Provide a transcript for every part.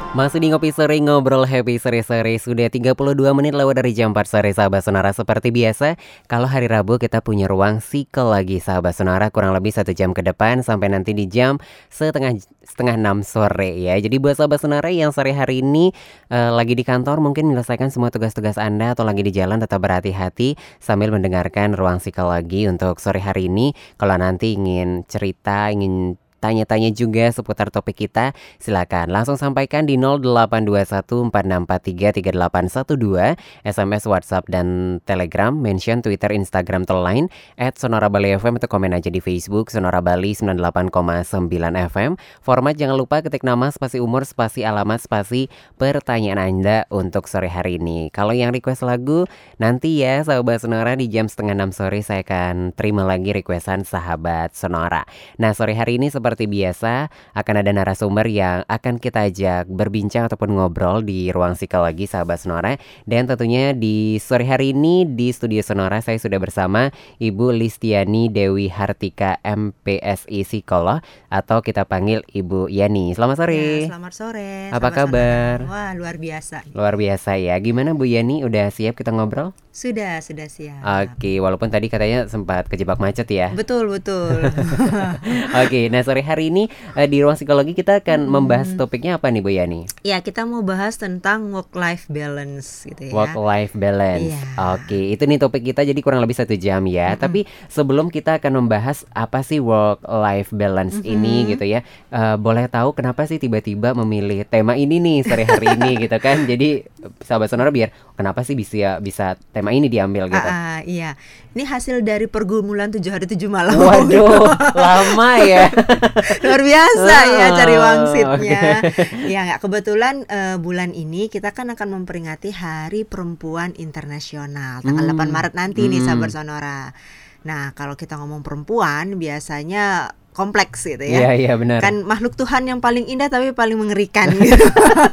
Masih di Ngopi Sore Ngobrol Happy Sore-sore. Sudah 32 menit lewat dari jam 4 sore sahabat sonara. Seperti biasa, kalau hari Rabu kita punya ruang psikologi sahabat sonara, kurang lebih 1 jam ke depan sampai nanti di jam setengah 6 sore ya. Jadi buat sahabat sonara yang sore hari ini lagi di kantor, mungkin menyelesaikan semua tugas-tugas Anda, atau lagi di jalan, tetap berhati-hati sambil mendengarkan ruang psikologi untuk sore hari ini. Kalau nanti ingin cerita, ingin tanya-tanya juga seputar topik kita, silakan langsung sampaikan di 082146433812, SMS, WhatsApp, dan Telegram, mention Twitter, Instagram, lain @Sonora Bali FM, atau komen aja di Facebook Sonora Bali 98,9 FM. Format jangan lupa ketik nama, spasi umur, spasi alamat, spasi pertanyaan Anda untuk sore hari ini. Kalau yang request lagu, nanti ya sahabat Sonora di jam setengah 6 sore saya akan terima lagi requestan sahabat Sonora. Nah, sore hari ini seperti biasa akan ada narasumber yang akan kita ajak berbincang ataupun ngobrol di ruang psikologi sahabat Sonora. Dan tentunya di sore hari ini di studio Sonora saya sudah bersama Ibu Listiani Dewi Hartika, MPSI Psikolog, atau kita panggil Ibu Yani. Selamat sore. Ya, selamat sore. Apa kabar? Wah, luar biasa. Luar biasa ya. Gimana Bu Yani, udah siap kita ngobrol? Sudah siap. Oke, walaupun tadi katanya sempat kejebak macet ya. Betul. Oke, nah sore hari ini di ruang psikologi kita akan membahas topiknya apa nih Bu Yani? Ya, kita mau bahas tentang work-life balance gitu ya. Work-life balance. Iya. Oke, itu nih topik kita, jadi kurang lebih 1 jam ya. Tapi sebelum kita akan membahas apa sih work-life balance ini gitu ya, boleh tahu kenapa sih tiba-tiba memilih tema ini nih sore hari ini gitu kan? Jadi sahabat Sonora, biar kenapa sih bisa tema ini diambil gitu? Iya. Ini hasil dari pergumulan 7 hari 7 malam. Waduh, lama ya. Luar biasa ya cari wangsitnya. Ya, nggak kebetulan bulan ini kita kan akan memperingati Hari Perempuan Internasional tanggal 8 Maret nanti nih sahabat Sonora. Nah, kalau kita ngomong perempuan biasanya kompleks gitu ya. Iya benar. Kan makhluk Tuhan yang paling indah tapi paling mengerikan gitu.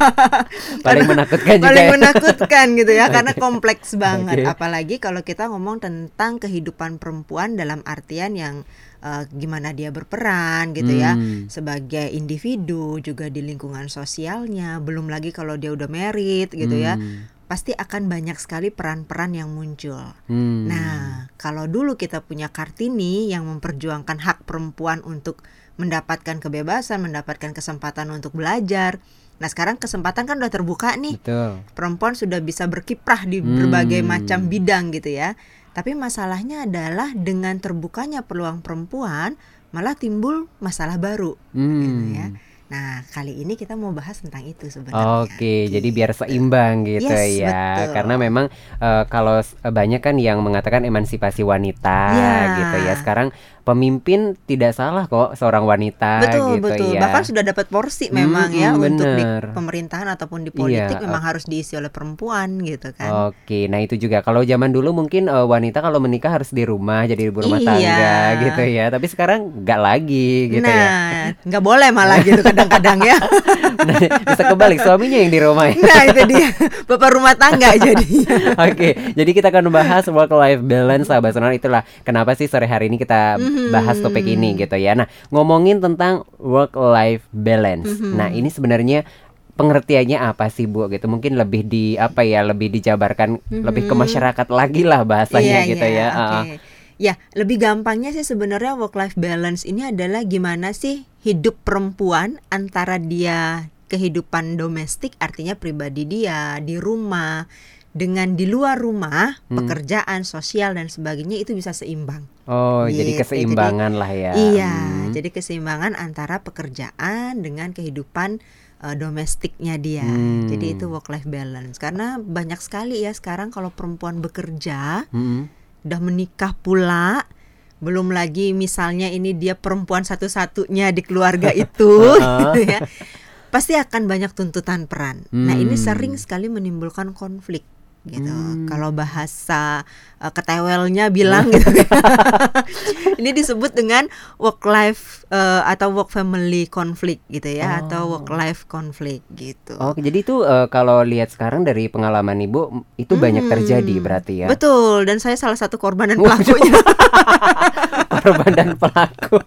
Paling menakutkan juga. Paling menakutkan gitu ya, karena kompleks banget. Apalagi kalau kita ngomong tentang kehidupan perempuan dalam artian yang gimana dia berperan gitu ya, sebagai individu, juga di lingkungan sosialnya. Belum lagi kalau dia udah married gitu ya. Pasti akan banyak sekali peran-peran yang muncul. Nah, kalau dulu kita punya Kartini yang memperjuangkan hak perempuan untuk mendapatkan kebebasan, mendapatkan kesempatan untuk belajar. Nah, sekarang kesempatan kan udah terbuka nih. Betul. Perempuan sudah bisa berkiprah di berbagai macam bidang gitu ya. Tapi masalahnya adalah dengan terbukanya peluang perempuan, malah timbul masalah baru gitu ya. Nah, kali ini kita mau bahas tentang itu sebenarnya. Oke, jadi biar seimbang gitu ya. Betul. Karena memang kalau banyak kan yang mengatakan emansipasi wanita gitu ya. Sekarang pemimpin tidak salah kok seorang wanita gitu ya. Bahkan sudah dapat porsi memang ya untuk di bener. pemerintahan ataupun di politik memang harus diisi oleh perempuan gitu kan. Oke, nah itu juga kalau zaman dulu mungkin wanita kalau menikah harus di rumah, jadi ibu rumah tangga gitu ya. Tapi sekarang nggak lagi gitu ya. Nah, nggak boleh malah gitu kadang-kadang ya. Nah, bisa kebalik, suaminya yang di rumah ya. Nah, itu dia, bapak rumah tangga jadi. Oke, jadi kita akan membahas work life balance sahabat sonora. Itulah kenapa sih sore hari ini kita bahas topik ini gitu ya. Nah, ngomongin tentang work life balance. Nah, ini sebenarnya pengertiannya apa sih Bu gitu? Mungkin lebih lebih dijabarkan lebih ke masyarakat lagi lah bahasanya gitu ya. Okay. Ya, lebih gampangnya sih sebenarnya work life balance ini adalah gimana sih hidup perempuan antara dia kehidupan domestik, artinya pribadi dia di rumah, dengan di luar rumah, pekerjaan, sosial dan sebagainya itu bisa seimbang. Oh, gitu. Jadi keseimbangan lah ya. Iya, jadi keseimbangan antara pekerjaan dengan kehidupan domestiknya dia. Jadi itu work life balance. Karena banyak sekali ya sekarang kalau perempuan bekerja, udah menikah pula, belum lagi misalnya ini dia perempuan satu-satunya di keluarga itu gitu ya. Pasti akan banyak tuntutan peran. Nah, ini sering sekali menimbulkan konflik gitu. Kalau bahasa ketewelnya bilang gitu. Ini disebut dengan work life atau work family conflict gitu ya, atau work life conflict gitu. Oh, jadi itu kalau lihat sekarang dari pengalaman Ibu itu banyak terjadi berarti ya. Betul, dan saya salah satu korban dan pelakunya. Korban dan pelaku.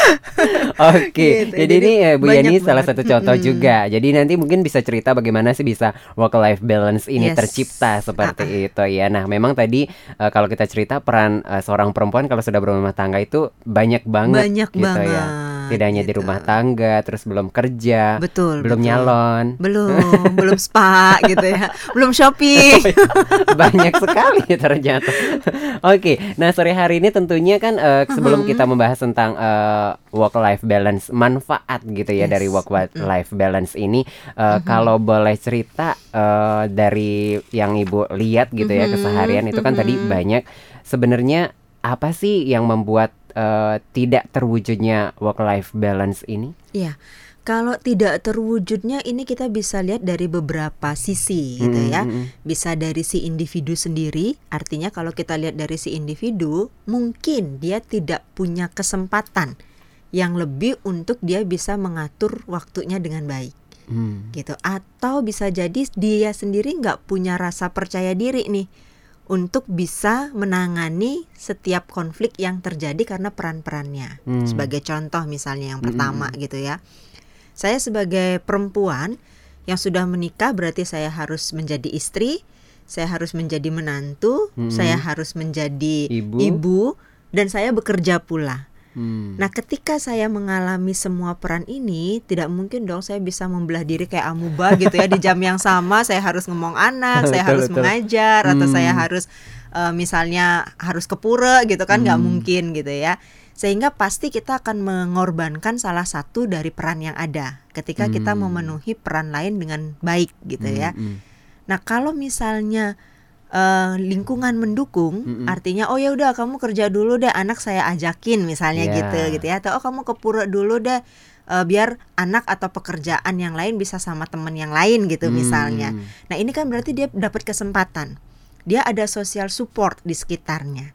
Oke, Gitu. jadi ini Bu Yani banyak salah banget. satu contoh juga. Jadi nanti mungkin bisa cerita bagaimana sih bisa work life balance ini Yes. tercipta seperti itu ya. Nah, memang tadi kalau kita cerita peran seorang perempuan kalau sudah berumah tangga itu banyak banget Banyak gitu banget, ya. Tidak hanya di gitu. rumah tangga, terus belum kerja, Betul, belum betul. nyalon. belum spa gitu ya, belum shopping. Banyak sekali ternyata. Oke, nah sore hari ini tentunya kan sebelum kita membahas tentang work life balance, manfaat gitu ya Yes. dari work life balance ini, kalau boleh cerita dari yang Ibu lihat gitu ya keseharian itu kan tadi banyak. Sebenarnya apa sih yang membuat tidak terwujudnya work life balance ini? Iya. Kalau tidak terwujudnya ini kita bisa lihat dari beberapa sisi gitu ya. Bisa dari si individu sendiri, artinya kalau kita lihat dari si individu, mungkin dia tidak punya kesempatan yang lebih untuk dia bisa mengatur waktunya dengan baik. Gitu. Atau bisa jadi dia sendiri nggak punya rasa percaya diri nih untuk bisa menangani setiap konflik yang terjadi karena peran-perannya. Sebagai contoh misalnya yang pertama gitu ya. Saya sebagai perempuan yang sudah menikah berarti saya harus menjadi istri, saya harus menjadi menantu, saya harus menjadi ibu dan saya bekerja pula. Nah, ketika saya mengalami semua peran ini, tidak mungkin dong saya bisa membelah diri kayak amuba gitu ya. Di jam yang sama saya harus ngomong anak, saya harus mengajar, atau saya harus misalnya harus ke pura gitu kan, nggak mungkin gitu ya. Sehingga pasti kita akan mengorbankan salah satu dari peran yang ada ketika kita memenuhi peran lain dengan baik gitu ya. Nah, kalau misalnya lingkungan mendukung, artinya oh ya udah kamu kerja dulu deh, anak saya ajakin misalnya gitu ya, atau oh kamu ke pura dulu deh, biar anak atau pekerjaan yang lain bisa sama teman yang lain gitu misalnya. Nah, ini kan berarti dia dapat kesempatan, dia ada social support di sekitarnya.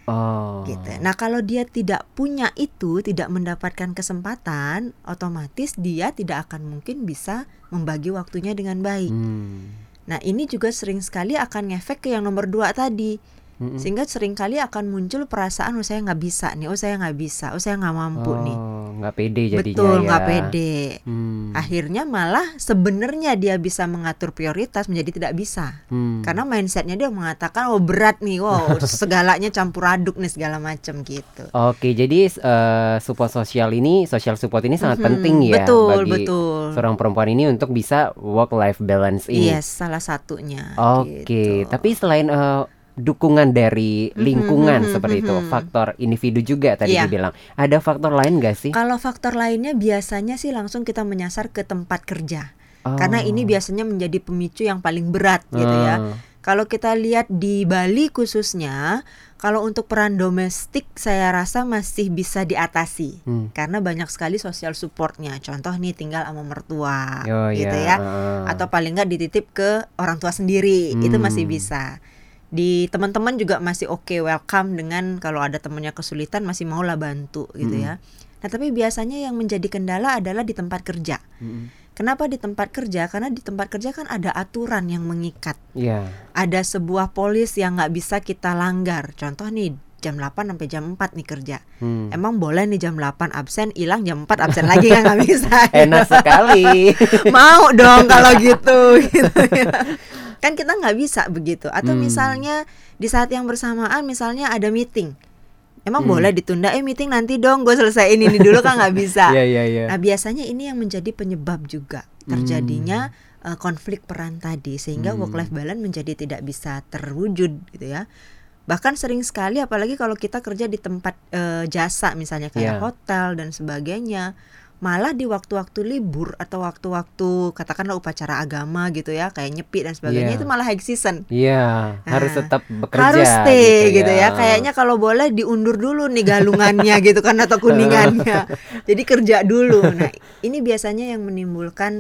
Gitu. Nah, kalau dia tidak punya itu, tidak mendapatkan kesempatan, otomatis dia tidak akan mungkin bisa membagi waktunya dengan baik. Nah, ini juga sering sekali akan ngefek ke yang nomor 2 tadi. Sehingga sering kali akan muncul perasaan oh saya nggak bisa nih, oh saya nggak bisa, oh saya nggak mampu nih. Nggak pede jadinya. Betul, ya. nggak pede. Akhirnya malah sebenarnya dia bisa mengatur prioritas menjadi tidak bisa. Karena mindsetnya dia mengatakan oh berat nih, wow segalanya campur aduk nih segala macam gitu. Oke, jadi support sosial ini, social support ini sangat penting ya bagi seorang perempuan ini untuk bisa work life balance ini. Yes, salah satunya. Oke, gitu. tapi selain dukungan dari lingkungan seperti itu, faktor individu juga tadi dibilang. Ada faktor lain gak sih? Kalau faktor lainnya biasanya sih langsung kita menyasar ke tempat kerja. Karena ini biasanya menjadi pemicu yang paling berat gitu ya. Kalau kita lihat di Bali khususnya, kalau untuk peran domestik saya rasa masih bisa diatasi. Karena banyak sekali social supportnya. Contoh nih tinggal sama mertua gitu ya. Atau paling nggak dititip ke orang tua sendiri, itu masih bisa. Di teman-teman juga masih oke, welcome dengan kalau ada temannya kesulitan masih mau lah bantu gitu ya. Nah, tapi biasanya yang menjadi kendala adalah di tempat kerja. Kenapa di tempat kerja? Karena di tempat kerja kan ada aturan yang mengikat. Ada sebuah polis yang nggak bisa kita langgar. Contoh nih jam 8 sampai jam 4 nih kerja. Emang boleh nih jam 8 absen, hilang jam 4 absen lagi kan nggak bisa. Enak sekali. Mau dong kalau gitu ya. Kan kita nggak bisa begitu. Atau misalnya di saat yang bersamaan misalnya ada meeting, emang boleh ditunda, meeting nanti dong gue selesaiin ini dulu kan nggak bisa. Nah, biasanya ini yang menjadi penyebab juga terjadinya konflik peran tadi, sehingga work life balance menjadi tidak bisa terwujud gitu ya. Bahkan sering sekali apalagi kalau kita kerja di tempat jasa misalnya kayak hotel dan sebagainya, malah di waktu-waktu libur atau waktu-waktu katakanlah upacara agama gitu ya, kayak nyepi dan sebagainya, itu malah high season. Harus tetap bekerja. Harus stay gitu ya. Kayaknya kalau boleh diundur dulu nih galungannya gitu kan, atau kuningannya. Jadi kerja dulu. Nah, ini biasanya yang menimbulkan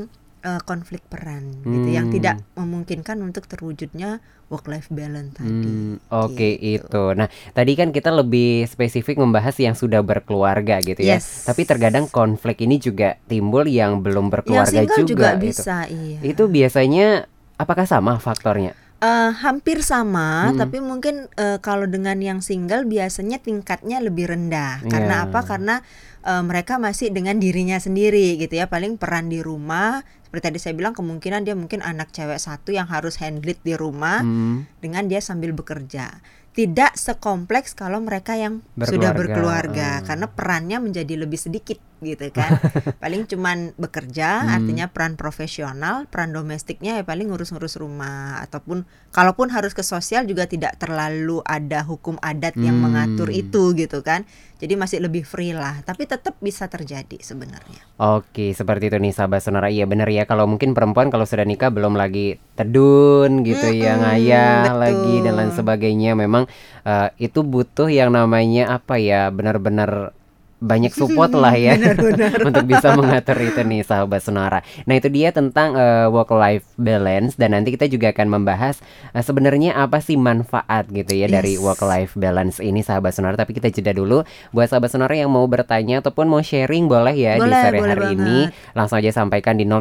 konflik peran gitu yang tidak memungkinkan untuk terwujudnya work life balance tadi. Oke, gitu. itu. Nah, tadi kan kita lebih spesifik membahas yang sudah berkeluarga gitu ya. Yes. Tapi terkadang konflik ini juga timbul yang belum berkeluarga Yang single juga gitu. bisa, iya. Itu biasanya apakah sama faktornya? Hampir sama, tapi mungkin kalau dengan yang single biasanya tingkatnya lebih rendah. Karena Iya. apa? Karena mereka masih dengan dirinya sendiri gitu ya. Paling peran di rumah, seperti tadi saya bilang, kemungkinan dia mungkin anak cewek satu yang harus handle di rumah dengan dia sambil bekerja. Tidak sekompleks kalau mereka yang sudah berkeluarga, karena perannya menjadi lebih sedikit gitu kan. Paling cuman bekerja, artinya peran profesional, peran domestiknya ya paling ngurus-ngurus rumah, ataupun kalaupun harus ke sosial juga tidak terlalu ada hukum adat yang mengatur itu gitu kan. Jadi masih lebih free lah, tapi tetap bisa terjadi sebenarnya. Oke, seperti itu nih sahabat Sonora. Iya benar ya, kalau mungkin perempuan kalau sudah nikah belum lagi tedun gitu ya, ngayah betul. lagi dan lain sebagainya. Memang itu butuh yang namanya apa ya, benar-benar banyak support lah ya untuk bisa mengatur itu nih sahabat Sonora. Nah itu dia tentang work life balance, dan nanti kita juga akan membahas sebenarnya apa sih manfaat gitu ya dari work life balance ini sahabat Sonora. Tapi kita jeda dulu. Buat sahabat Sonora yang mau bertanya ataupun mau sharing boleh ya di sore hari ini, langsung aja sampaikan di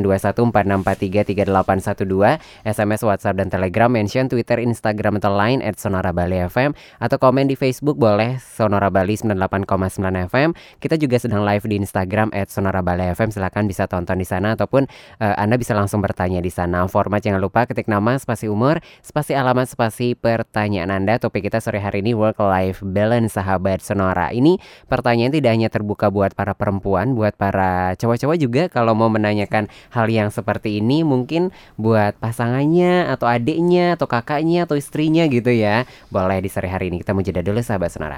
082146433812, SMS, WhatsApp dan Telegram, mention Twitter, Instagram atau Line @sonorabali_fm, atau komen di Facebook boleh Sonora Bali 98,9 FM. Kita juga sedang live di Instagram @sonorabali_fm. Silakan bisa tonton di sana, ataupun Anda bisa langsung bertanya di sana. Format jangan lupa ketik nama, spasi umur, spasi alamat, spasi pertanyaan Anda. Topik kita sore hari ini work life balance sahabat Sonora. Ini pertanyaan tidak hanya terbuka buat para perempuan, buat para cowok-cowok juga kalau mau menanyakan hal yang seperti ini, mungkin buat pasangannya atau adiknya atau kakaknya atau istrinya gitu ya. Boleh di sore hari ini. Kita mau jeda dulu sahabat Sonora.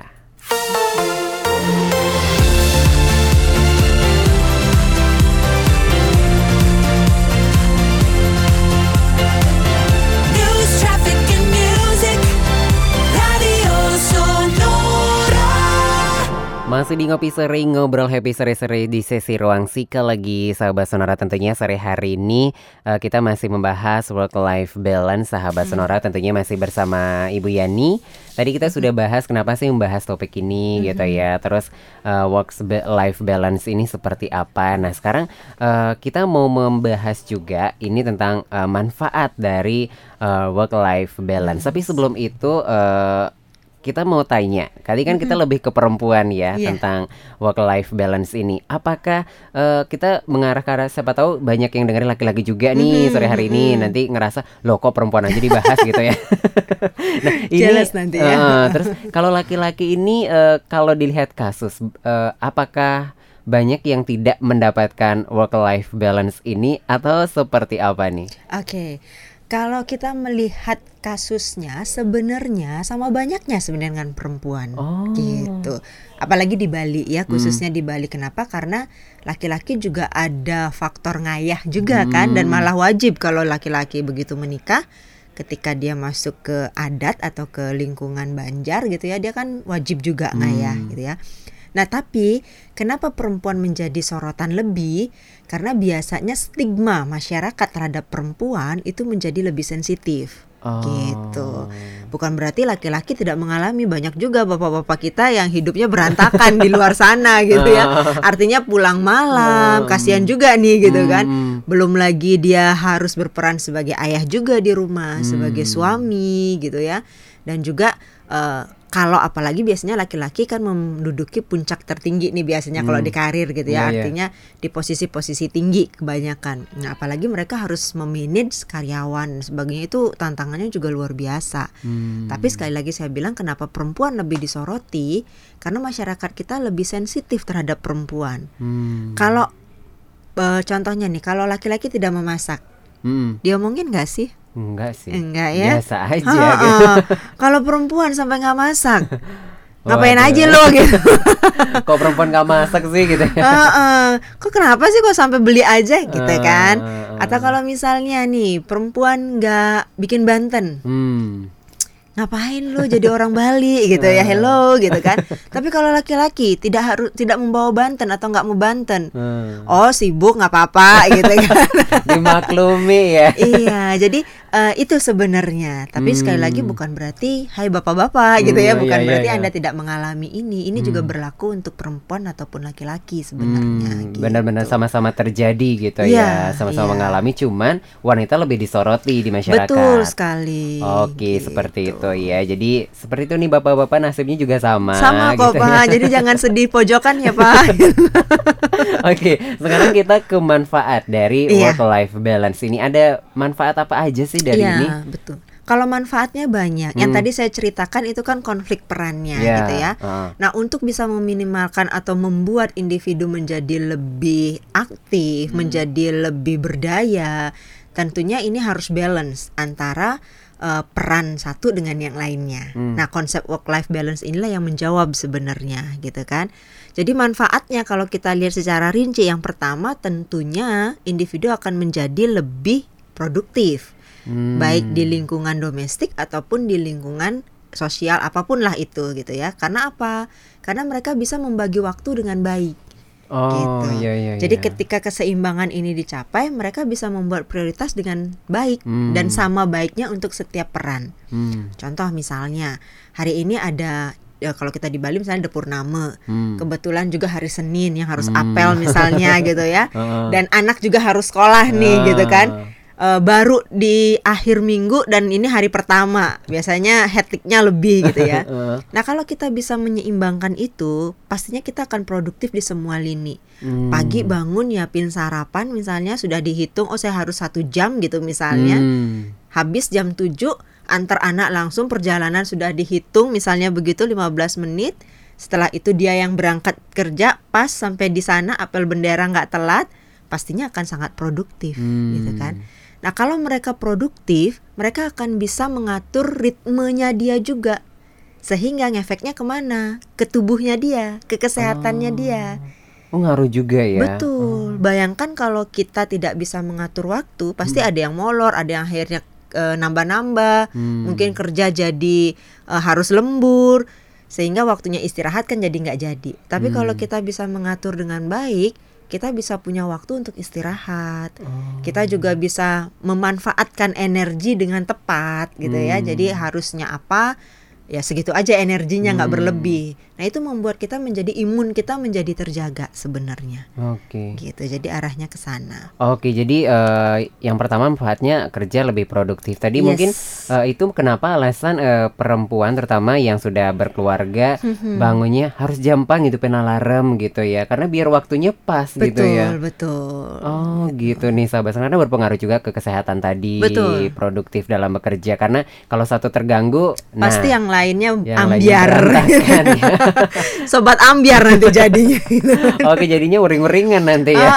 Masih di Ngopi Sering, ngobrol happy seri-seri di sesi Ruang Psikologi sahabat Sonora. Tentunya sore hari ini kita masih membahas work life balance sahabat Sonora. Tentunya masih bersama Ibu Yani. Tadi kita sudah bahas kenapa sih membahas topik ini gitu ya. Terus work life balance ini seperti apa. Nah sekarang kita mau membahas juga ini tentang manfaat dari work life balance. Tapi sebelum itu kita mau tanya, tadi kan kita lebih ke perempuan ya, tentang work life balance ini. Apakah kita mengarah ke arah, siapa tahu banyak yang dengerin laki-laki juga nih sore hari ini, nanti ngerasa loh kok perempuan aja dibahas gitu ya. Nah ini jelas nanti ya. Terus kalau laki-laki ini kalau dilihat kasus, apakah banyak yang tidak mendapatkan work life balance ini atau seperti apa nih? Oke. Kalau kita melihat kasusnya sebenarnya sama banyaknya sebenarnya dengan perempuan gitu. Apalagi di Bali ya, khususnya di Bali. Kenapa? Karena laki-laki juga ada faktor ngayah juga kan, dan malah wajib kalau laki-laki begitu menikah, ketika dia masuk ke adat atau ke lingkungan Banjar gitu ya, dia kan wajib juga ngayah gitu ya. Nah tapi kenapa perempuan menjadi sorotan lebih? Karena biasanya stigma masyarakat terhadap perempuan itu menjadi lebih sensitif gitu. Bukan berarti laki-laki tidak mengalami, banyak juga bapak-bapak kita yang hidupnya berantakan di luar sana gitu ya. Artinya pulang malam, kasihan juga nih gitu kan. Belum lagi dia harus berperan sebagai ayah juga di rumah, sebagai suami gitu ya. Dan juga kalau apalagi biasanya laki-laki kan menduduki puncak tertinggi nih biasanya kalau di karir gitu ya, artinya di posisi-posisi tinggi kebanyakan. Nah apalagi mereka harus memanage karyawan sebagainya, itu tantangannya juga luar biasa. Tapi sekali lagi saya bilang kenapa perempuan lebih disoroti, karena masyarakat kita lebih sensitif terhadap perempuan. Kalau contohnya nih, kalau laki-laki tidak memasak, diomongin gak sih? Enggak sih. Enggak ya? Biasa aja gitu. Kalau perempuan sampai nggak masak, ngapain aja lo gitu. Kok perempuan gak masak sih gitu ya? Kok kenapa sih kok sampai beli aja gitu kan? Atau kalau misalnya nih perempuan nggak bikin banten, ngapain lu jadi orang Bali gitu ya, hello gitu kan. Tapi kalau laki-laki tidak membawa banten atau nggak mau banten, oh sibuk nggak apa-apa gitu kan. Dimaklumi ya. Iya, jadi itu sebenarnya. Tapi sekali lagi bukan berarti hai bapak-bapak gitu ya, bukan berarti Anda tidak mengalami ini. Ini juga berlaku untuk perempuan ataupun laki-laki sebenarnya. Gitu. Benar-benar sama-sama terjadi gitu ya, sama-sama mengalami, cuman wanita lebih disoroti di masyarakat. Betul sekali. Oke, gitu. Seperti itu ya. Jadi seperti itu nih bapak-bapak, nasibnya juga sama. Sama kok gitu Pak. Ya. Jadi jangan sedih pojokan ya Pak. Oke, sekarang kita ke manfaat dari work-life balance ini. Ada manfaat apa aja sih dari ini? Iya, betul. Kalau manfaatnya banyak. Yang tadi saya ceritakan itu kan konflik perannya gitu ya. Nah, untuk bisa meminimalkan atau membuat individu menjadi lebih aktif, menjadi lebih berdaya, tentunya ini harus balance antara peran satu dengan yang lainnya. Nah, konsep work-life balance inilah yang menjawab sebenarnya gitu kan. Jadi manfaatnya kalau kita lihat secara rinci, yang pertama tentunya individu akan menjadi lebih produktif. Baik di lingkungan domestik ataupun di lingkungan sosial, apapun lah itu gitu ya. Karena apa? Karena mereka bisa membagi waktu dengan baik. Gitu. Iya. Jadi ketika keseimbangan ini dicapai, mereka bisa membuat prioritas dengan baik dan sama baiknya untuk setiap peran. Contoh misalnya hari ini ada kalau kita di Bali misalnya ada Purnama, kebetulan juga hari Senin yang harus apel misalnya gitu ya. Dan anak juga harus sekolah nih gitu kan. Baru di akhir minggu dan ini hari pertama, biasanya hektiknya lebih gitu ya. Nah kalau kita bisa menyeimbangkan itu, pastinya kita akan produktif di semua lini. Pagi bangun nyiapin sarapan misalnya sudah dihitung, oh saya harus 1 jam gitu misalnya. Habis jam 7 antar anak langsung, perjalanan sudah dihitung misalnya begitu 15 menit. Setelah itu dia yang berangkat kerja, pas sampai di sana apel bendera nggak telat, pastinya akan sangat produktif gitu kan. Nah kalau mereka produktif, mereka akan bisa mengatur ritmenya dia juga, sehingga ngefeknya kemana? Ke tubuhnya dia, ke kesehatannya dia. Ngaruh juga ya. Betul. Bayangkan kalau kita tidak bisa mengatur waktu, pasti ada yang molor, ada yang akhirnya nambah-nambah, mungkin kerja jadi harus lembur, sehingga waktunya istirahat kan jadi nggak jadi. Tapi kalau kita bisa mengatur dengan baik, kita bisa punya waktu untuk istirahat. Kita juga bisa memanfaatkan energi dengan tepat gitu ya. Jadi harusnya apa, ya segitu aja energinya, nggak berlebih. Nah itu membuat kita menjadi imun kita menjadi terjaga sebenarnya. Oke. Gitu. Jadi arahnya ke sana. Oke, jadi yang pertama manfaatnya kerja lebih produktif. Tadi mungkin itu kenapa alasan perempuan terutama yang sudah berkeluarga bangunnya harus jampang gitu, alarm gitu ya. Karena biar waktunya pas gitu ya. Betul. Oh gitu nih sahabat, karena berpengaruh juga ke kesehatan tadi. Betul. Produktif dalam bekerja. Karena kalau satu terganggu, pasti yang lainnya yang ambiar. Ya. Sobat ambiar nanti jadinya. Oke, jadinya uring-uringan nanti ya.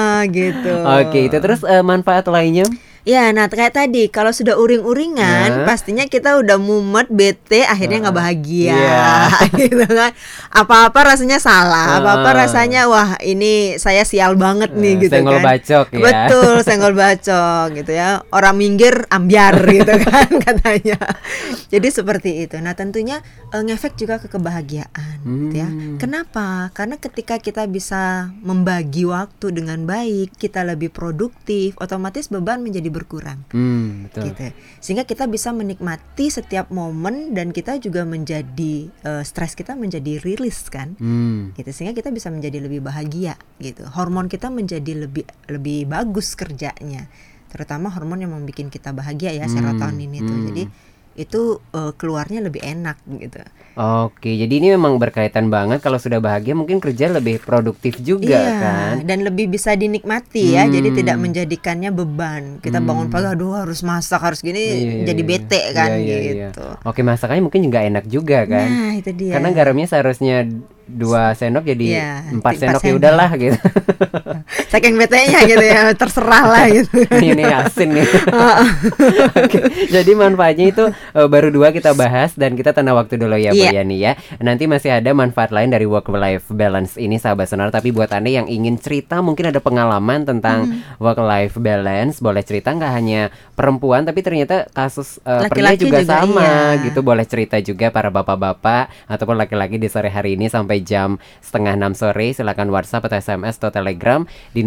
Gitu. Oke, itu terus manfaat lainnya? Ya, nah kayak tadi kalau sudah uring-uringan, pastinya kita udah mumet, bete, akhirnya nggak bahagia, gitu kan? Apa-apa rasanya salah, apa-apa rasanya wah ini saya sial banget nih, gitu senggol kan? Bacok ya. Betul, senggol bacok, gitu ya. Orang minggir ambiar, gitu kan katanya. Jadi seperti itu. Nah tentunya ngefek juga ke kebahagiaan, gitu ya. Kenapa? Karena ketika kita bisa membagi waktu dengan baik, kita lebih produktif, otomatis beban menjadi berkurang, betul. Gitu. Sehingga kita bisa menikmati setiap momen dan kita juga menjadi stres kita menjadi rilis kan, gitu. Sehingga kita bisa menjadi lebih bahagia, gitu. Hormon kita menjadi lebih bagus kerjanya, terutama hormon yang membuat kita bahagia ya, serotonin itu. Jadi itu keluarnya lebih enak gitu. Oke, jadi ini memang berkaitan banget. Kalau sudah bahagia mungkin kerja lebih produktif juga kan. Dan lebih bisa dinikmati ya. Jadi tidak menjadikannya beban. Kita bangun pagi aduh harus masak, harus gini, jadi bete kan gitu. Oke, masakannya mungkin juga enak juga kan. Nah itu dia. Karena garamnya seharusnya 2 sendok jadi Iya, 4 sendok, 4 ya sendok. udahlah gitu. Saking betenya gitu ya, terserah lah gitu. Ini asin nih. Oke, jadi manfaatnya itu baru 2 kita bahas dan kita tanda waktu dulu ya Bu Iya. Yani ya. Nanti masih ada manfaat lain dari work life balance ini sahabat Sonora. Tapi buat Anda yang ingin cerita, mungkin ada pengalaman tentang work life balance, boleh cerita, nggak hanya perempuan tapi ternyata kasus pria Laki-laki juga juga, sama iya. gitu. Boleh cerita juga para bapak-bapak ataupun laki-laki di sore hari ini sampai jam 5:30 sore. Silakan WhatsApp atau SMS atau Telegram di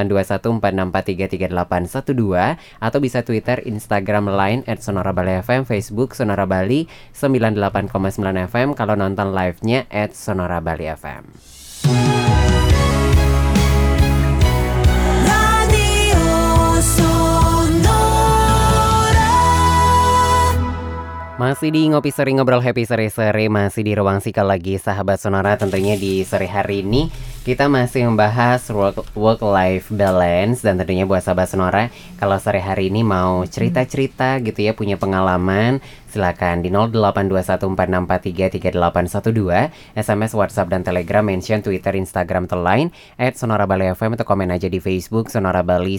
082146433812 atau bisa Twitter, Instagram, Line @sonorabali_fm, Facebook Sonora Bali 98,9 FM, kalau nonton live-nya @sonorabali_fm. Radio Sonora. Masih di Ngopi Seri Ngobrol Happy Sore-sore, masih di ruang psikologi sahabat Sonora. Tentunya di sore hari ini kita masih membahas work-life balance. Dan tentunya buat sahabat Sonora, kalau sore hari ini mau cerita-cerita gitu ya, punya pengalaman, silakan di 082146433812, SMS, WhatsApp, dan Telegram, mention Twitter, Instagram, atau Line @sonorabali_fm, atau komen aja di Facebook Sonora Bali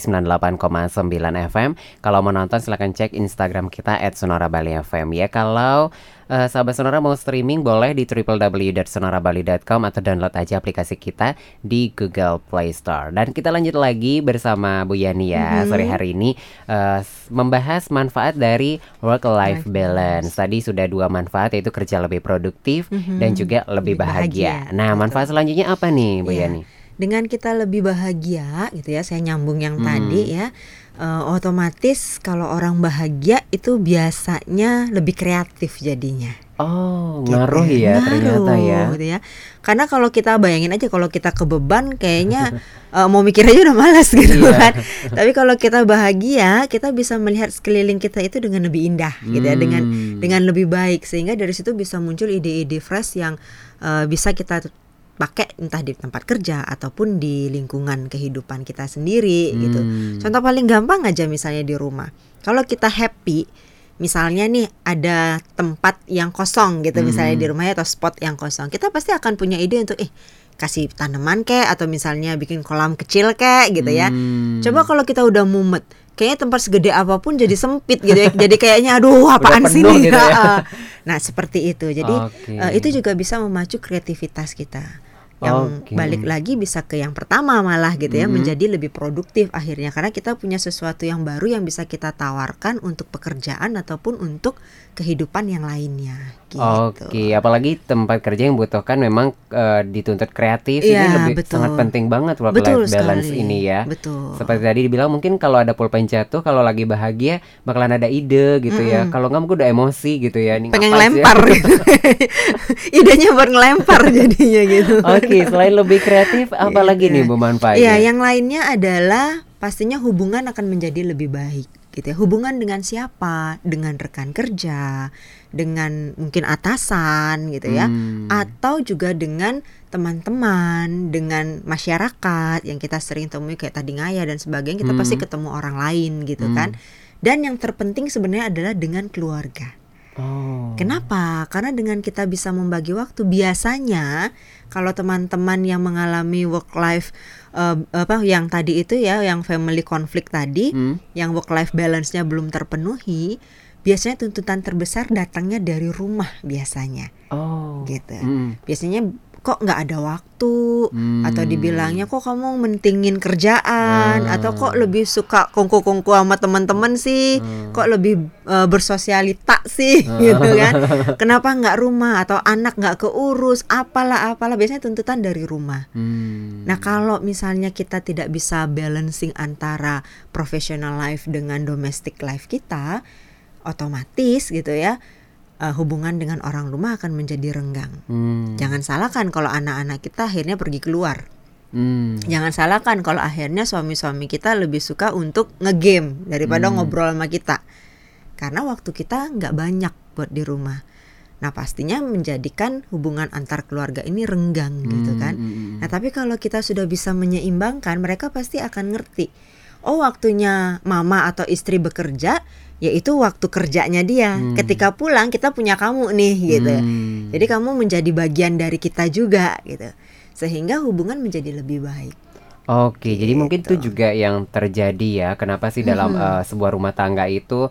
98,9 FM. Kalau mau nonton silakan cek Instagram kita @sonorabali_fm ya. Kalau sahabat Sonora mau streaming boleh di www.sonorabali.com atau download aja aplikasi kita di Google Play Store. Dan kita lanjut lagi bersama Bu Yani ya. Sore hari ini membahas manfaat dari work-life balance. Tadi sudah 2 manfaat, yaitu kerja lebih produktif dan juga lebih bahagia. Nah, Betul. manfaat selanjutnya apa nih Bu Iya. Yani? Dengan kita lebih bahagia gitu ya, saya nyambung yang tadi ya, otomatis kalau orang bahagia itu biasanya lebih kreatif jadinya. Oh, Gitu. ngaruh ya ternyata ya. Gitu ya. Karena kalau kita bayangin aja, kalau kita kebeban kayaknya mau mikir aja udah malas gitu Iya. kan. Tapi kalau kita bahagia, kita bisa melihat sekeliling kita itu dengan lebih indah gitu ya, dengan lebih baik, sehingga dari situ bisa muncul ide-ide fresh yang bisa kita pakai entah di tempat kerja ataupun di lingkungan kehidupan kita sendiri gitu. Contoh paling gampang aja misalnya di rumah. Kalau kita happy, misalnya nih ada tempat yang kosong gitu, misalnya di rumahnya atau spot yang kosong, kita pasti akan punya ide untuk kasih tanaman kek, atau misalnya bikin kolam kecil kek gitu ya. Coba kalau kita udah mumet, kayaknya tempat segede apapun jadi sempit gitu ya. Jadi kayaknya aduh apaan Udah sih penuh nih. gitu ya. Nah seperti itu. Jadi Oke. itu juga bisa memacu kreativitas kita. Yang Oke. balik lagi bisa ke yang pertama malah gitu ya, menjadi lebih produktif akhirnya, karena kita punya sesuatu yang baru yang bisa kita tawarkan untuk pekerjaan ataupun untuk kehidupan yang lainnya gitu. Oke, apalagi tempat kerja yang membutuhkan memang dituntut kreatif, Iya, ini lebih betul. sangat penting banget work Betul life balance sekali. ini ya. Betul. Seperti tadi dibilang, mungkin kalau ada pulpen jatuh, kalau lagi bahagia bakalan ada ide gitu ya. Kalau nggak mungkin udah emosi gitu ya. Ini Pengen ngapain sih? ngelempar gitu. Idenya buat ngelempar jadinya gitu. Oke, selain lebih kreatif, apa lagi nih Bu manfaatnya? Iya, yang lainnya adalah pastinya hubungan akan menjadi lebih baik gitu ya. Hubungan dengan siapa? Dengan rekan kerja, dengan mungkin atasan gitu ya, atau juga dengan teman-teman, dengan masyarakat yang kita sering temui kayak tadi Ngaya dan sebagainya. Kita pasti ketemu orang lain gitu kan. Dan yang terpenting sebenarnya adalah dengan keluarga. Oh. Kenapa? Karena dengan kita bisa membagi waktu, biasanya kalau teman-teman yang mengalami work life yang tadi itu ya, yang family conflict tadi, yang work life balance-nya belum terpenuhi, biasanya tuntutan terbesar datangnya dari rumah biasanya. Oh. Gitu. Biasanya kok nggak ada waktu, atau dibilangnya kok kamu mentingin kerjaan, atau kok lebih suka kongko-kongko sama teman-teman sih, kok lebih bersosialita sih, gitu kan? Kenapa nggak rumah, atau anak nggak keurus, apalah biasanya tuntutan dari rumah. Nah kalau misalnya kita tidak bisa balancing antara professional life dengan domestic life kita, otomatis gitu ya, hubungan dengan orang rumah akan menjadi renggang. Jangan salahkan kalau anak-anak kita akhirnya pergi keluar. Jangan salahkan kalau akhirnya suami-suami kita lebih suka untuk ngegame daripada ngobrol sama kita, karena waktu kita nggak banyak buat di rumah. Nah pastinya menjadikan hubungan antar keluarga ini renggang gitu kan. Nah tapi kalau kita sudah bisa menyeimbangkan, mereka pasti akan ngerti, oh waktunya mama atau istri bekerja, yaitu waktu kerjanya dia. Ketika pulang kita punya kamu nih gitu. Jadi kamu menjadi bagian dari kita juga gitu. Sehingga hubungan menjadi lebih baik. Oke, jadi mungkin itu juga yang terjadi ya. Kenapa sih dalam sebuah rumah tangga itu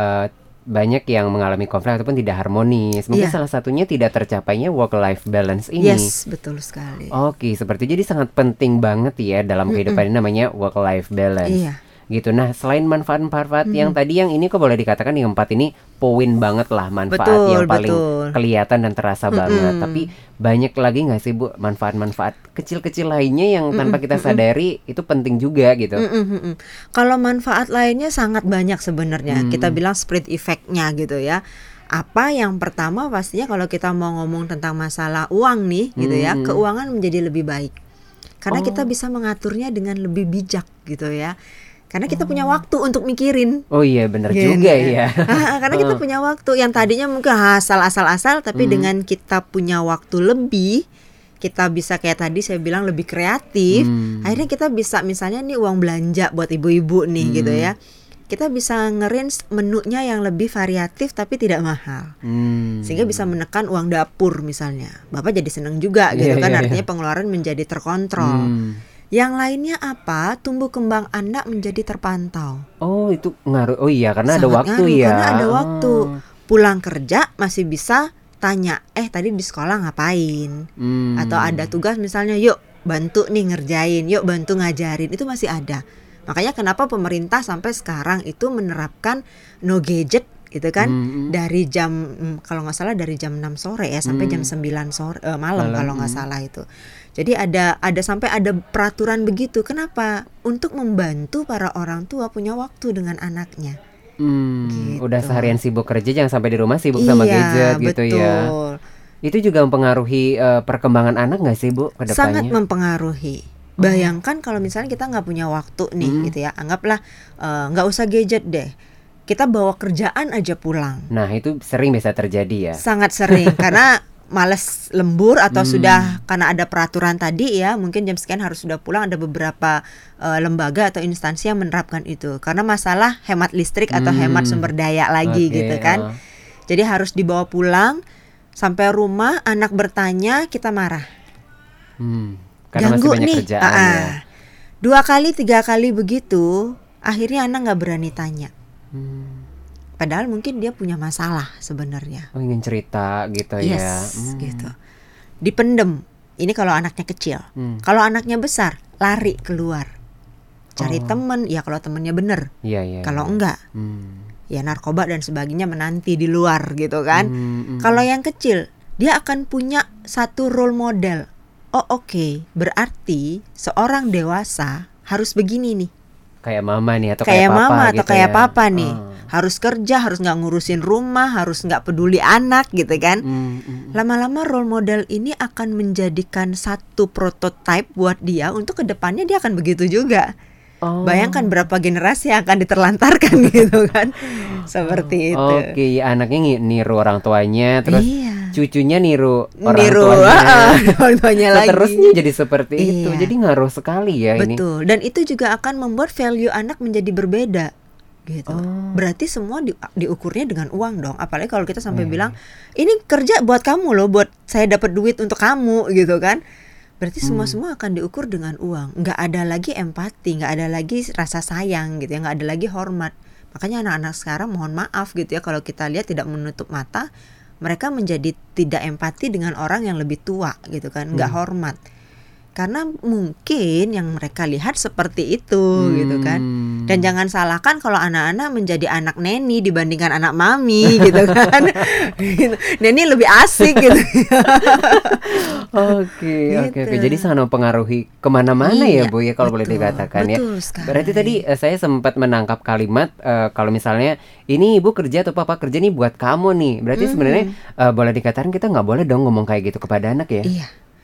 banyak yang mengalami konflik ataupun tidak harmonis. Mungkin salah satunya tidak tercapainya work-life balance ini. Yes, betul sekali. Oke, seperti jadi sangat penting banget ya dalam kehidupan ini namanya work-life balance. Iya. Gitu. Nah, selain manfaat-manfaat yang tadi, yang ini kok boleh dikatakan yang 4 ini poin banget lah, manfaat yang paling kelihatan dan terasa banget. Tapi banyak lagi nggak sih Bu manfaat-manfaat kecil-kecil lainnya yang tanpa kita sadari itu penting juga gitu? Kalau manfaat lainnya sangat banyak sebenarnya. Kita bilang spread effect-nya gitu ya. Apa yang pertama pastinya kalau kita mau ngomong tentang masalah uang nih gitu ya, keuangan menjadi lebih baik. Karena kita bisa mengaturnya dengan lebih bijak gitu ya. Karena kita punya waktu untuk mikirin. Oh iya benar juga ya. Karena kita punya waktu yang tadinya mungkin asal-asal, tapi dengan kita punya waktu lebih, kita bisa kayak tadi saya bilang lebih kreatif. Akhirnya kita bisa misalnya nih uang belanja buat ibu-ibu nih gitu ya. Kita bisa nge-range menunya yang lebih variatif tapi tidak mahal. Sehingga bisa menekan uang dapur misalnya. Bapak jadi seneng juga gitu kan, artinya pengeluaran menjadi terkontrol. Yang lainnya apa? Tumbuh kembang anak menjadi terpantau. Oh, itu ngaruh. Oh iya, karena Sangat ada waktu ngaruh, ya. Karena ada waktu. Pulang kerja masih bisa tanya, tadi di sekolah ngapain? Atau ada tugas misalnya, yuk bantu nih ngerjain, yuk bantu ngajarin. Itu masih ada. Makanya kenapa pemerintah sampai sekarang itu menerapkan no gadget gitu kan, dari jam kalau nggak salah dari jam 6 sore ya sampai jam 9 sore malam kalau nggak salah itu. Jadi ada sampai ada peraturan begitu. Kenapa? Untuk membantu para orang tua punya waktu dengan anaknya. Gitu. Udah seharian sibuk kerja, jangan sampai di rumah sibuk sama gadget gitu ya. Itu juga mempengaruhi perkembangan anak nggak sih Bu ke depannya? Sangat mempengaruhi. Bayangkan kalau misalnya kita nggak punya waktu nih gitu ya. Anggaplah nggak usah gadget deh. Kita bawa kerjaan aja pulang. Nah itu sering bisa terjadi ya. Sangat sering karena males lembur atau sudah karena ada peraturan tadi ya, mungkin jam sekian harus sudah pulang. Ada beberapa lembaga atau instansi yang menerapkan itu karena masalah hemat listrik atau hemat sumber daya lagi gitu kan. Jadi harus dibawa pulang, sampai rumah anak bertanya kita marah. Karena ganggu masih banyak nih, kerjaan ya. 2 kali 3 kali begitu, akhirnya anak nggak berani tanya. Padahal mungkin dia punya masalah sebenarnya. Oh, ingin cerita gitu ya. Gitu. Dipendem. Ini kalau anaknya kecil. Kalau anaknya besar, lari keluar. Cari temen, ya kalau temennya bener. Kalau enggak, ya narkoba dan sebagainya menanti di luar gitu kan. Kalau yang kecil, dia akan punya satu role model. Oh oke, berarti seorang dewasa harus begini nih. Kayak mama nih atau kayak papa mama gitu atau kayak ya. papa nih. Harus kerja, harus nggak ngurusin rumah, harus nggak peduli anak gitu kan. Lama-lama role model ini akan menjadikan satu prototipe buat dia untuk kedepannya dia akan begitu juga. Bayangkan berapa generasi yang akan diterlantarkan gitu kan. Seperti itu. Oke, anaknya niru orang tuanya, terus cucunya niru orang tuanya lagi. Terusnya jadi seperti itu. Jadi ngaruh sekali ya ini. Betul. Dan itu juga akan membuat value anak menjadi berbeda. Gitu. Berarti semua diukurnya dengan uang dong. Apalagi kalau kita sampai bilang, ini kerja buat kamu loh, buat saya dapat duit untuk kamu gitu kan. Berarti semua akan diukur dengan uang. Nggak ada lagi empati, nggak ada lagi rasa sayang gitu ya, nggak ada lagi hormat. Makanya anak-anak sekarang mohon maaf gitu ya, kalau kita lihat tidak menutup mata, mereka menjadi tidak empati dengan orang yang lebih tua gitu kan, nggak hormat. Karena mungkin yang mereka lihat seperti itu gitu kan. Dan jangan salahkan kalau anak-anak menjadi anak neni dibandingkan anak mami gitu kan. Neni lebih asik gitu. Oke. Jadi sangat mempengaruhi kemana-mana ya Bu ya, kalau boleh dikatakan ya. Sekali. Berarti tadi saya sempat menangkap kalimat kalau misalnya ini ibu kerja atau papa kerja nih buat kamu nih. Berarti sebenarnya boleh dikatakan kita nggak boleh dong ngomong kayak gitu kepada anak ya. Iya.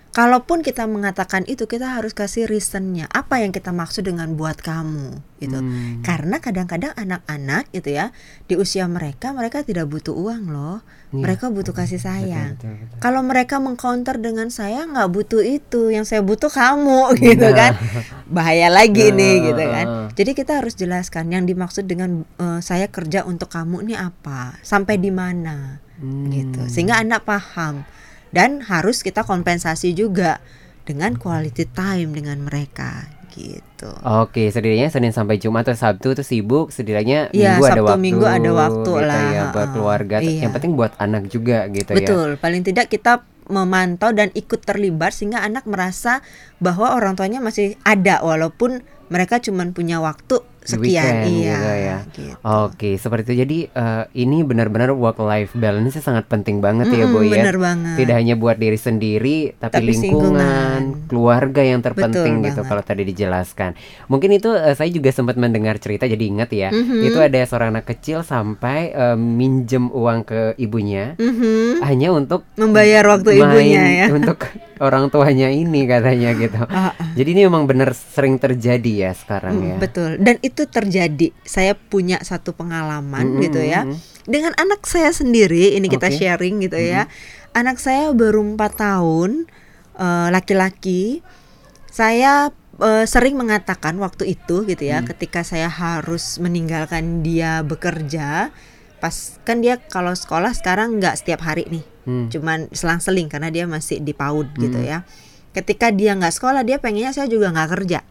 kalaupun kita mengatakan itu, kita harus kasih reasonnya. Apa yang kita maksud dengan buat kamu gitu. Karena kadang-kadang anak-anak gitu ya, di usia mereka tidak butuh uang loh. Mereka butuh kasih sayang. Betul. Kalau mereka mengcounter dengan saya nggak butuh itu, yang saya butuh kamu gitu kan, bahaya lagi nih gitu kan. Jadi kita harus jelaskan yang dimaksud dengan saya kerja untuk kamu ini apa, sampai di mana gitu, sehingga anak paham. Dan harus kita kompensasi juga dengan quality time dengan mereka gitu. Oke, setidaknya Senin sampai Jumat atau Sabtu tuh sibuk, setidaknya Iya, Minggu ada Sabtu waktu. Minggu ada waktu gitu lah. ya, buat keluarga. Iya. Yang penting buat anak juga gitu ya. Betul, paling tidak kita memantau dan ikut terlibat sehingga anak merasa bahwa orang tuanya masih ada walaupun mereka cuma punya waktu sekian. Weekend Iya gitu ya. gitu. Oke, seperti itu. Jadi ini benar-benar work life balance sangat penting banget ya, Boy ya. Bener banget. Tidak hanya buat diri sendiri, tapi Tapi lingkungan, lingkungan. keluarga yang terpenting Betul gitu. banget. Kalau tadi dijelaskan, mungkin itu saya juga sempat mendengar cerita, jadi ingat ya. Itu ada seorang anak kecil sampai minjem uang ke ibunya hanya untuk Membayar waktu ibunya ya. untuk orang tuanya ini katanya gitu. Jadi ini memang benar sering terjadi ya sekarang ya. Betul. Dan itu terjadi. Saya punya satu pengalaman gitu ya. Dengan anak saya sendiri, ini kita Oke. sharing gitu ya. Anak saya baru 4 tahun, laki-laki. Saya sering mengatakan waktu itu gitu ya, ketika saya harus meninggalkan dia bekerja, pas kan dia kalau sekolah sekarang nggak setiap hari nih, cuman selang-seling karena dia masih di PAUD gitu ya. Ketika dia nggak sekolah, dia pengennya saya juga nggak kerja.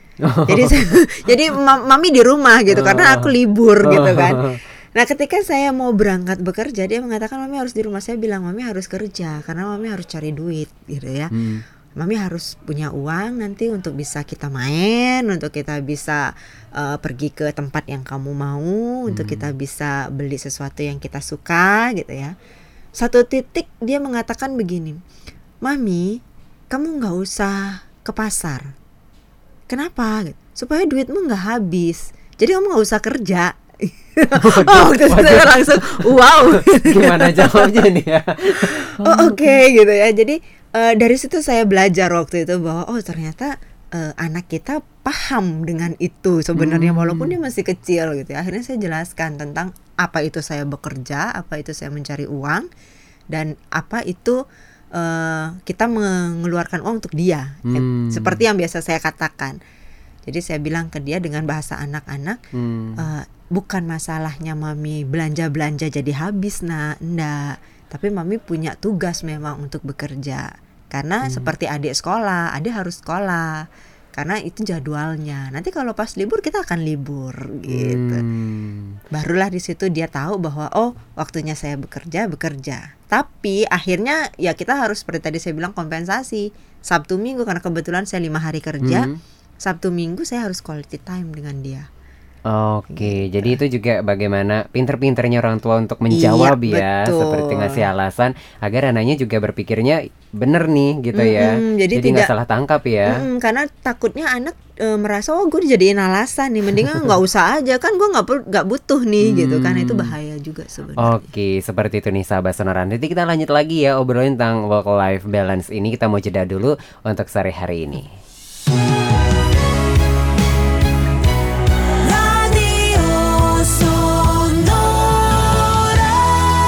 Jadi mami di rumah gitu karena aku libur gitu kan. Nah ketika saya mau berangkat bekerja, dia mengatakan mami harus di rumah. Saya bilang mami harus kerja karena mami harus cari duit gitu ya. Mami harus punya uang nanti untuk bisa kita main, untuk kita bisa pergi ke tempat yang kamu mau, untuk kita bisa beli sesuatu yang kita suka gitu ya. Satu titik dia mengatakan begini, mami kamu nggak usah ke pasar. Kenapa? Supaya duitmu nggak habis. Jadi kamu nggak usah kerja. Waktu itu saya langsung wow. Gimana jawabnya nih ya? Oke, gitu ya. Jadi dari situ saya belajar waktu itu bahwa oh ternyata anak kita paham dengan itu sebenarnya walaupun dia masih kecil gitu ya. Akhirnya saya jelaskan tentang apa itu saya bekerja, apa itu saya mencari uang, dan apa itu kita mengeluarkan uang untuk dia. Seperti yang biasa saya katakan. Jadi saya bilang ke dia dengan bahasa anak-anak, bukan masalahnya mami belanja-belanja jadi habis, enggak. Tapi mami punya tugas memang untuk bekerja. Karena seperti adik sekolah, adik harus sekolah. Karena itu jadwalnya. Nanti kalau pas libur kita akan libur gitu. Barulah di situ dia tahu bahwa oh waktunya saya bekerja. Tapi akhirnya ya kita harus seperti tadi saya bilang kompensasi. Sabtu Minggu karena kebetulan saya 5 hari kerja. Sabtu Minggu saya harus quality time dengan dia. Oke, jadi itu juga bagaimana pinter-pinternya orang tua untuk menjawab Iya, ya, betul. seperti ngasih alasan agar anaknya juga berpikirnya bener nih gitu ya. jadi nggak tidak- salah tangkap ya. Karena takutnya anak merasa oh gue dijadiin alasan nih, mendingan nggak usah aja kan gue nggak butuh nih gitu kan, itu bahaya juga sebenarnya. Oke, seperti itu nih sahabat Sonora. Nanti kita lanjut lagi ya obrolin tentang work life balance ini. Kita mau jeda dulu untuk sore hari ini. Radio Sonora.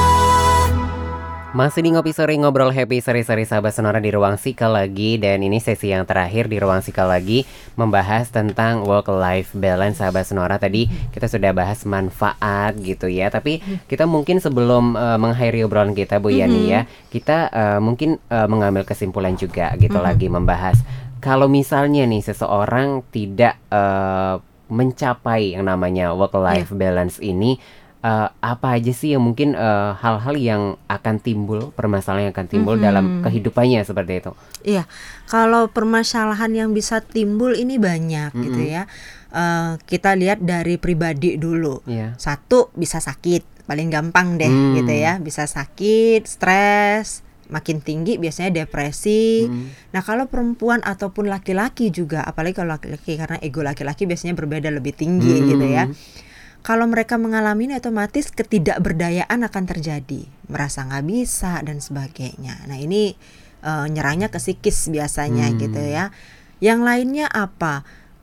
Masih di Ngopi Sore, ngobrol happy sore-sore sahabat Sonora di Ruang Psikologi. Dan ini sesi yang terakhir di Ruang Psikologi, membahas tentang work life balance sahabat Sonora. Tadi kita sudah bahas manfaat gitu ya. Tapi kita mungkin sebelum mengakhiri obrolan kita Bu Yani ya, kita mungkin mengambil kesimpulan juga gitu lagi membahas. Kalau misalnya nih seseorang tidak mencapai yang namanya work life balance ini, apa aja sih yang mungkin hal-hal yang akan timbul, permasalahan yang akan timbul dalam kehidupannya seperti itu? Iya, kalau permasalahan yang bisa timbul ini banyak gitu ya. Kita lihat dari pribadi dulu. Iya. Satu, bisa sakit, paling gampang deh gitu ya. Bisa sakit, stres, makin tinggi biasanya depresi. Nah kalau perempuan ataupun laki-laki juga, apalagi kalau laki-laki karena ego laki-laki biasanya berbeda lebih tinggi gitu ya. Kalau mereka mengalami ini otomatis ketidakberdayaan akan terjadi, merasa nggak bisa dan sebagainya. Nah ini nyerangnya ke psikis biasanya gitu ya. Yang lainnya apa?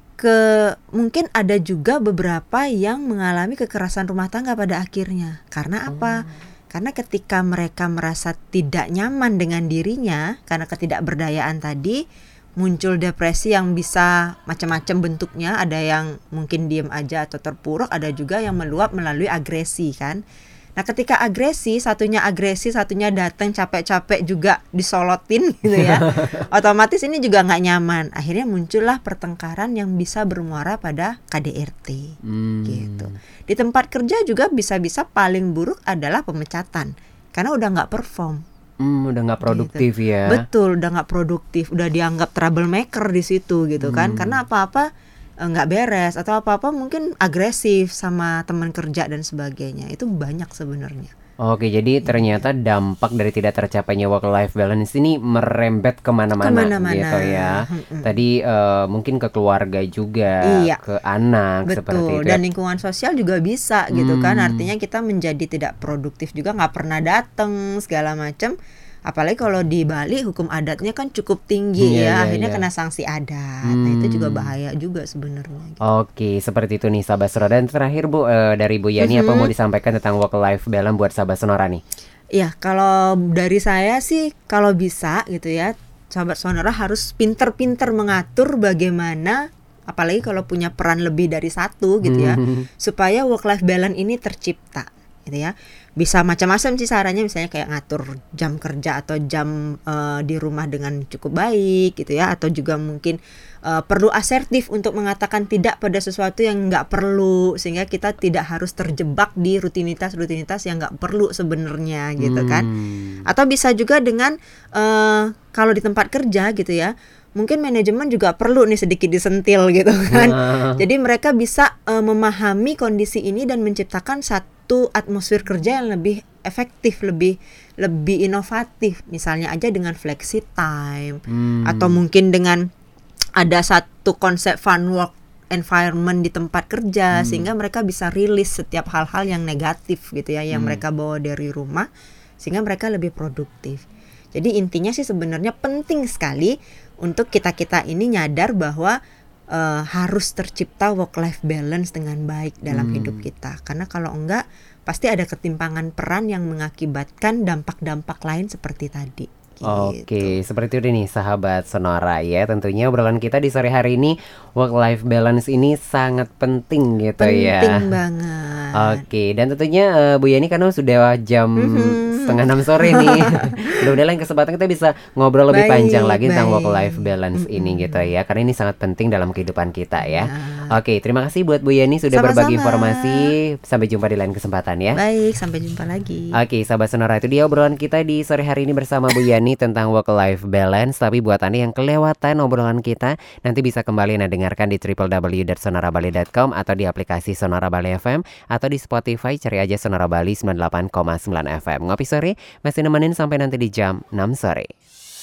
Mungkin ada juga beberapa yang mengalami kekerasan rumah tangga pada akhirnya. Karena apa? Karena ketika mereka merasa tidak nyaman dengan dirinya karena ketidakberdayaan tadi, muncul depresi yang bisa macam-macam bentuknya. Ada yang mungkin diem aja atau terpuruk, ada juga yang meluap melalui agresi kan. Nah ketika agresi, satunya datang capek-capek juga disolotin gitu ya, otomatis ini juga nggak nyaman. Akhirnya muncullah pertengkaran yang bisa bermuara pada KDRT gitu. Di tempat kerja juga bisa-bisa paling buruk adalah pemecatan karena udah nggak perform. Udah nggak produktif gitu. ya. Betul, udah nggak produktif, udah dianggap troublemaker di situ gitu kan. Karena apa-apa nggak beres atau apa-apa mungkin agresif sama teman kerja dan sebagainya. Itu banyak sebenarnya. Oke, jadi ternyata dampak dari tidak tercapainya work life balance ini merembet kemana-mana gitu ya. Tadi mungkin ke keluarga juga, Iya. ke anak seperti Betul, itu. dan lingkungan sosial juga bisa gitu kan. Artinya kita menjadi tidak produktif juga, nggak pernah datang segala macam. Apalagi kalau di Bali hukum adatnya kan cukup tinggi Iya, akhirnya iya. kena sanksi adat. Nah itu juga bahaya juga sebenarnya. Oke, seperti itu nih sahabat Sonora. Dan terakhir Bu, dari Bu Yani apa mau disampaikan tentang work life balance buat sahabat Sonora nih? Ya kalau dari saya sih kalau bisa gitu ya, sahabat Sonora harus pinter-pinter mengatur bagaimana, apalagi kalau punya peran lebih dari satu gitu ya, supaya work life balance ini tercipta gitu ya. Bisa macam-macam sih sarannya, misalnya kayak ngatur jam kerja atau jam di rumah dengan cukup baik gitu ya, atau juga mungkin perlu asertif untuk mengatakan tidak pada sesuatu yang nggak perlu, sehingga kita tidak harus terjebak di rutinitas yang nggak perlu sebenarnya gitu kan. Atau bisa juga dengan kalau di tempat kerja gitu ya, mungkin manajemen juga perlu nih sedikit disentil gitu kan. Jadi mereka bisa memahami kondisi ini dan menciptakan satu atmosfer kerja yang lebih efektif, lebih inovatif. Misalnya aja dengan flexi time, atau mungkin dengan ada satu konsep fun work environment di tempat kerja, sehingga mereka bisa rilis setiap hal-hal yang negatif gitu ya, yang mereka bawa dari rumah, sehingga mereka lebih produktif. Jadi intinya sih sebenarnya penting sekali untuk kita ini nyadar bahwa harus tercipta work-life balance dengan baik dalam hidup kita. Karena kalau enggak, pasti ada ketimpangan peran yang mengakibatkan dampak-dampak lain seperti tadi. Gitu. Oke, seperti itu nih sahabat Sonora ya. Tentunya obrolan kita di sore hari ini, work-life balance ini sangat penting gitu ya. Penting banget. Oke, dan tentunya Bu Yani karena sudah jam 5:30 sore nih. Mudah-mudahan lain kesempatan kita bisa ngobrol lebih panjang lagi tentang work-life balance ini gitu ya. Karena ini sangat penting dalam kehidupan kita ya. Oke, terima kasih buat Bu Yani sudah berbagi Sama-sama. informasi. Sampai jumpa di lain kesempatan ya. Baik, sampai jumpa lagi. Oke, sahabat Sonora, itu dia obrolan kita di sore hari ini bersama Bu Yani tentang work-life balance. Tapi buat Anda yang kelewatan obrolan kita, nanti bisa kembali dengarkan di www.sonorabali.com atau di aplikasi Sonora Bali FM atau di Spotify, cari aja Sonora Bali 98,9 FM. Ngopi sore masih nemenin sampai nanti di jam 6 sore.